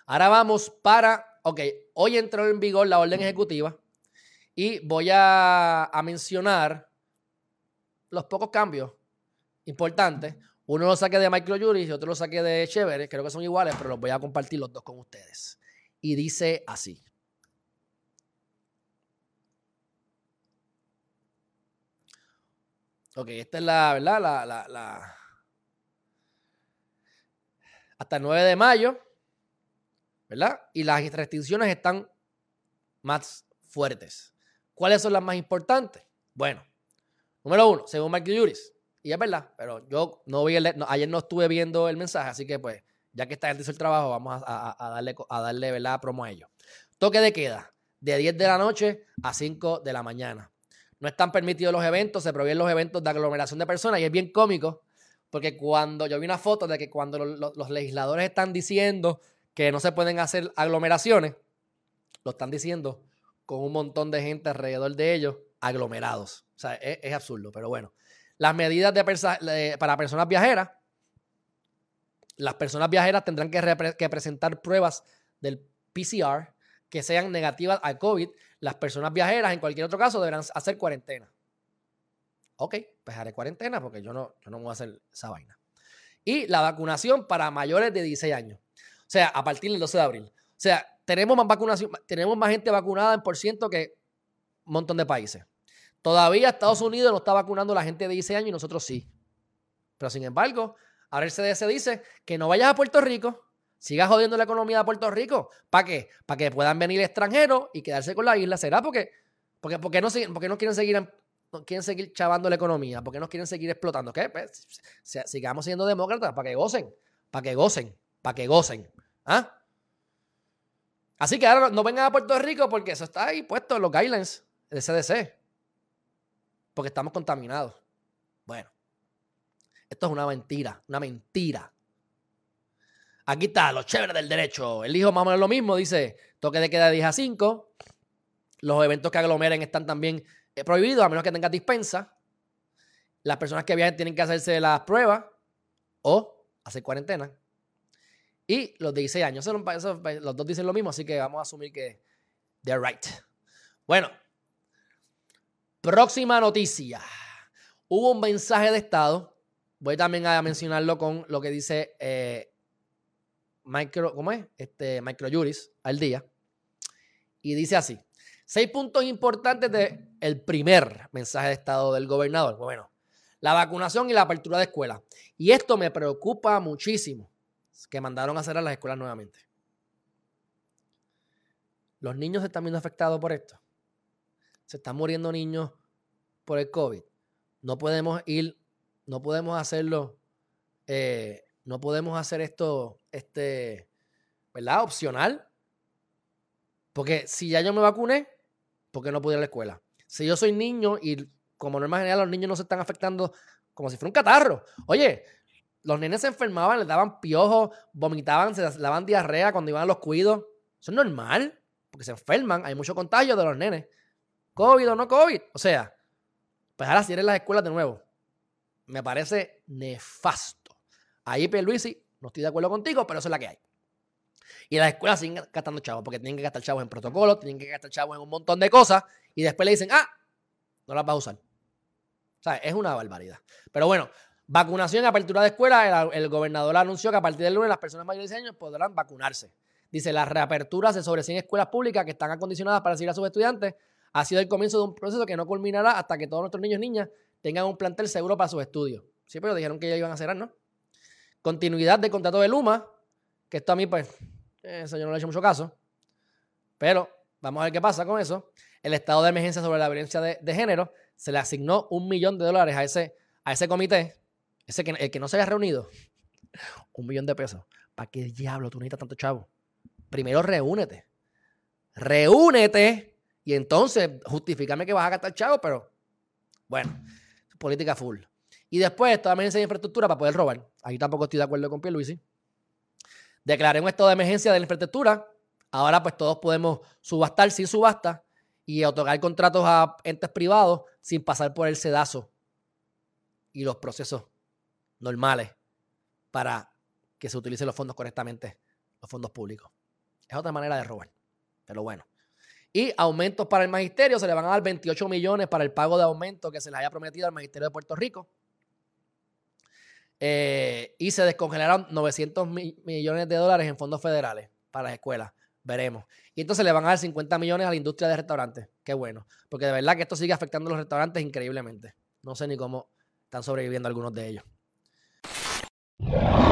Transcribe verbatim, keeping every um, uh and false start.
Ahora vamos para, ok, hoy entró en vigor la orden ejecutiva y voy a, a mencionar los pocos cambios importantes. Uno lo saqué de microjuris y otro lo saqué de Chévere. Creo que son iguales, pero los voy a compartir los dos con ustedes. Y dice así. Ok, esta es la, ¿verdad? La, la, la... Hasta el nueve de mayo, ¿verdad? Y las restricciones están más fuertes. ¿Cuáles son las más importantes? Bueno, número uno, según microjuris. Y es verdad, pero yo no vi el, no, ayer no estuve viendo el mensaje, así que pues, ya que esta gente hizo el trabajo, vamos a, a, a darle, a darle ¿verdad? Promo a ellos. Toque de queda, de diez de la noche a cinco de la mañana. No están permitidos los eventos, se prohíben los eventos de aglomeración de personas y es bien cómico, porque cuando yo vi una foto de que cuando los, los, los legisladores están diciendo que no se pueden hacer aglomeraciones, lo están diciendo con un montón de gente alrededor de ellos, aglomerados. O sea, es, es absurdo, pero bueno. Las medidas de persa- de, para personas viajeras. Las personas viajeras tendrán que, repre- que presentar pruebas del P C R que sean negativas al COVID. Las personas viajeras, en cualquier otro caso, deberán hacer cuarentena. Ok, pues haré cuarentena porque yo no, yo no me voy a hacer esa vaina. Y la vacunación para mayores de dieciséis años. O sea, a partir del doce de abril. O sea, tenemos más vacunación, tenemos más gente vacunada en por ciento que un montón de países. Todavía Estados Unidos no está vacunando a la gente de dieciséis años y nosotros sí. Pero sin embargo, ahora el C D C dice que no vayas a Puerto Rico, sigas jodiendo la economía de Puerto Rico. ¿Para qué? Para que puedan venir extranjeros y quedarse con la isla. ¿Será porque, porque, porque, no, porque no quieren seguir no quieren seguir chavando la economía? ¿Por qué no quieren seguir explotando? ¿Qué? Pues, sigamos siendo demócratas para que gocen, para que gocen, para que gocen. ¿Ah? Así que ahora no vengan a Puerto Rico porque eso está ahí puesto en los guidelines del C D C. Porque estamos contaminados. Bueno, esto es una mentira, una mentira. Aquí está, los chéveres del derecho. El hijo más o menos lo mismo, dice, toque de queda de diez a cinco. Los eventos que aglomeren están también eh, prohibidos, a menos que tengas dispensa. Las personas que viajen tienen que hacerse las pruebas o hacer cuarentena. Y los de dieciséis años, eso, eso, los dos dicen lo mismo, así que vamos a asumir que they're right. Bueno, próxima noticia. Hubo un mensaje de Estado. Voy también a mencionarlo con lo que dice eh, micro, ¿cómo es? Este, microjuris al día. Y dice así. Seis puntos importantes del primer mensaje de Estado del gobernador. Bueno, la vacunación y la apertura de escuelas. Y esto me preocupa muchísimo, que mandaron a cerrar las escuelas nuevamente. Los niños se están viendo afectados por esto. Se están muriendo niños por el COVID. No podemos ir, no podemos hacerlo, eh, no podemos hacer esto, este, ¿verdad? Opcional. Porque si ya yo me vacuné, ¿por qué no puedo ir a la escuela? Si yo soy niño y como norma general los niños no se están afectando como si fuera un catarro. Oye, los nenes se enfermaban, les daban piojos, vomitaban, se daban diarrea cuando iban a los cuidos. Eso es normal, porque se enferman, hay mucho contagio de los nenes. COVID o no COVID. O sea, pues ahora cierren las escuelas de nuevo. Me parece nefasto. Ahí, Pierluisi, no estoy de acuerdo contigo, pero eso es la que hay. Y las escuelas siguen gastando chavos, porque tienen que gastar chavos en protocolos, tienen que gastar chavos en un montón de cosas, y después le dicen, ah, no las vas a usar. O sea, es una barbaridad. Pero bueno, vacunación y apertura de escuelas. El, el gobernador anunció que a partir del lunes las personas mayores de dieciséis años podrán vacunarse. Dice, la reapertura de sobre cien escuelas públicas que están acondicionadas para recibir a sus estudiantes ha sido el comienzo de un proceso que no culminará hasta que todos nuestros niños y niñas tengan un plantel seguro para sus estudios. Sí, pero dijeron que ya iban a cerrar, ¿no? Continuidad del contrato de Luma, que esto a mí, pues, eso yo no le he hecho mucho caso. Pero vamos a ver qué pasa con eso. El estado de emergencia sobre la violencia de, de género, se le asignó un millón de dólares a ese, a ese comité, ese que, el que no se haya reunido, un millón de pesos. ¿Para qué diablo tú necesitas tanto chavo? Primero reúnete. Reúnete y entonces justifícame que vas a gastar chavo, pero bueno, política full. Y después, estado de emergencia de infraestructura para poder robar. Ahí tampoco estoy de acuerdo con Pierluisi. Declaré un estado de emergencia de la infraestructura. Ahora pues todos podemos subastar sin subasta y otorgar contratos a entes privados sin pasar por el sedazo y los procesos normales para que se utilicen los fondos correctamente, los fondos públicos. Es otra manera de robar. Pero bueno. Y aumentos para el magisterio. Se le van a dar veintiocho millones para el pago de aumento que se le haya prometido al magisterio de Puerto Rico. Eh, y se descongelaron novecientos millones de dólares en fondos federales para las escuelas. Veremos. Y entonces le van a dar cincuenta millones a la industria de restaurantes. Qué bueno. Porque de verdad que esto sigue afectando a los restaurantes increíblemente. No sé ni cómo están sobreviviendo algunos de ellos.